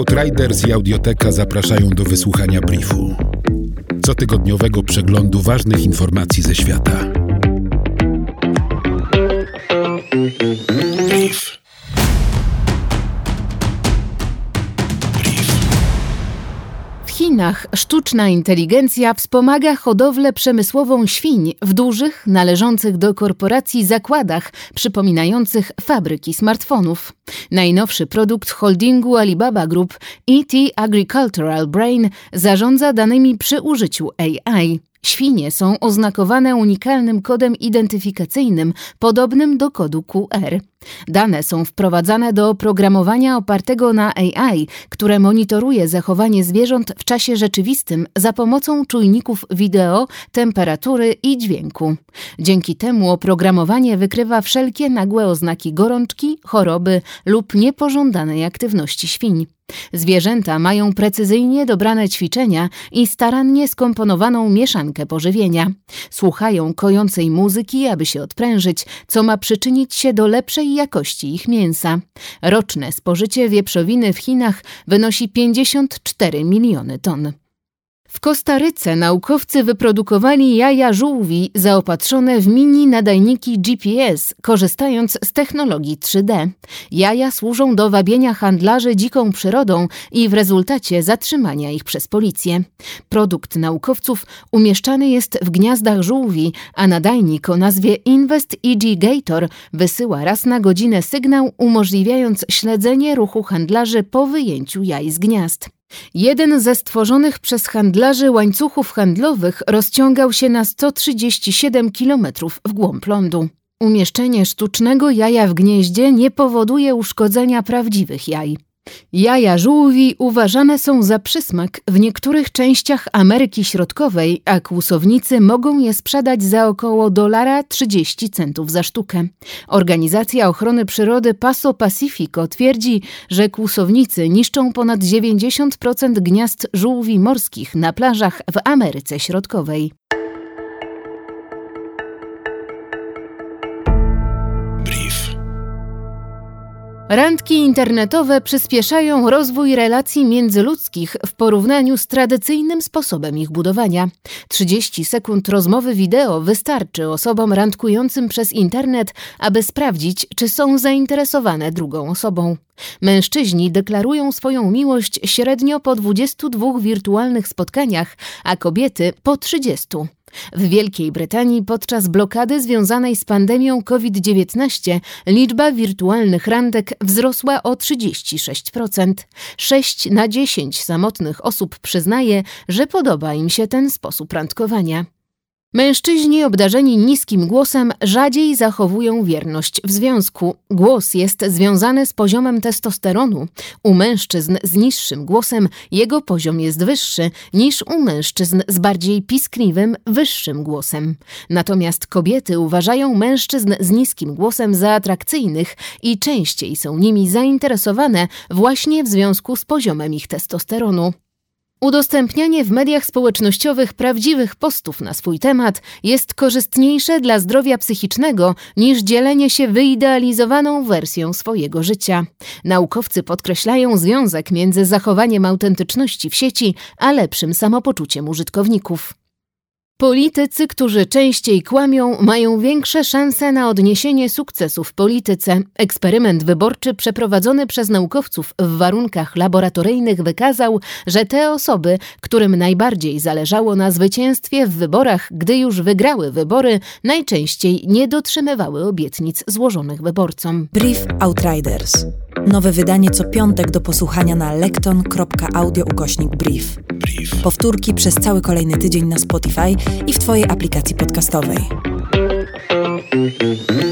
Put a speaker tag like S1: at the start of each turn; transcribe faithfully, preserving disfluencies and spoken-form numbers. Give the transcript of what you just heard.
S1: Outriders i Audioteka zapraszają do wysłuchania briefu. Cotygodniowego przeglądu ważnych informacji ze świata. Brief.
S2: W Chinach sztuczna inteligencja wspomaga hodowlę przemysłową świń w dużych, należących do korporacji zakładach przypominających fabryki smartfonów. Najnowszy produkt holdingu Alibaba Group E T Agricultural Brain zarządza danymi przy użyciu A I. Świnie są oznakowane unikalnym kodem identyfikacyjnym podobnym do kodu Q R. Dane są wprowadzane do oprogramowania opartego na A I, które monitoruje zachowanie zwierząt w czasie rzeczywistym za pomocą czujników wideo, temperatury i dźwięku. Dzięki temu oprogramowanie wykrywa wszelkie nagłe oznaki gorączki, choroby lub niepożądanej aktywności świń. Zwierzęta mają precyzyjnie dobrane ćwiczenia i starannie skomponowaną mieszankę pożywienia. Słuchają kojącej muzyki, aby się odprężyć, co ma przyczynić się do lepszej jakości ich mięsa. Roczne spożycie wieprzowiny w Chinach wynosi pięćdziesiąt cztery miliony ton. W Kostaryce naukowcy wyprodukowali jaja żółwi zaopatrzone w mini nadajniki G P S, korzystając z technologii trzy D. Jaja służą do wabienia handlarzy dziką przyrodą i w rezultacie zatrzymania ich przez policję. Produkt naukowców umieszczany jest w gniazdach żółwi, a nadajnik o nazwie Invest E G Gator wysyła raz na godzinę sygnał, umożliwiając śledzenie ruchu handlarzy po wyjęciu jaj z gniazd. Jeden ze stworzonych przez handlarzy łańcuchów handlowych rozciągał się na sto trzydzieści siedem kilometrów w głąb lądu. Umieszczenie sztucznego jaja w gnieździe nie powoduje uszkodzenia prawdziwych jaj. Jaja żółwi uważane są za przysmak w niektórych częściach Ameryki Środkowej, a kłusownicy mogą je sprzedać za około dolara trzydzieści centów za sztukę. Organizacja Ochrony Przyrody Paso Pacifico twierdzi, że kłusownicy niszczą ponad dziewięćdziesiąt procent gniazd żółwi morskich na plażach w Ameryce Środkowej. Randki internetowe przyspieszają rozwój relacji międzyludzkich w porównaniu z tradycyjnym sposobem ich budowania. trzydzieści sekund rozmowy wideo wystarczy osobom randkującym przez internet, aby sprawdzić, czy są zainteresowane drugą osobą. Mężczyźni deklarują swoją miłość średnio po dwudziestu dwóch wirtualnych spotkaniach, a kobiety po trzydziestu. W Wielkiej Brytanii podczas blokady związanej z pandemią COVID dziewiętnaście liczba wirtualnych randek wzrosła o trzydzieści sześć procent. sześć na dziesięć samotnych osób przyznaje, że podoba im się ten sposób randkowania. Mężczyźni obdarzeni niskim głosem rzadziej zachowują wierność w związku. Głos jest związany z poziomem testosteronu. U mężczyzn z niższym głosem jego poziom jest wyższy niż u mężczyzn z bardziej piskliwym, wyższym głosem. Natomiast kobiety uważają mężczyzn z niskim głosem za atrakcyjnych i częściej są nimi zainteresowane właśnie w związku z poziomem ich testosteronu. Udostępnianie w mediach społecznościowych prawdziwych postów na swój temat jest korzystniejsze dla zdrowia psychicznego niż dzielenie się wyidealizowaną wersją swojego życia. Naukowcy podkreślają związek między zachowaniem autentyczności w sieci a lepszym samopoczuciem użytkowników. Politycy, którzy częściej kłamią, mają większe szanse na odniesienie sukcesu w polityce. Eksperyment wyborczy przeprowadzony przez naukowców w warunkach laboratoryjnych wykazał, że te osoby, którym najbardziej zależało na zwycięstwie w wyborach, gdy już wygrały wybory, najczęściej nie dotrzymywały obietnic złożonych wyborcom.
S3: Brief Outriders. Nowe wydanie co piątek do posłuchania na lekton kropka audio ukośnik brief. Brief. Powtórki przez cały kolejny tydzień na Spotify i w Twojej aplikacji podcastowej.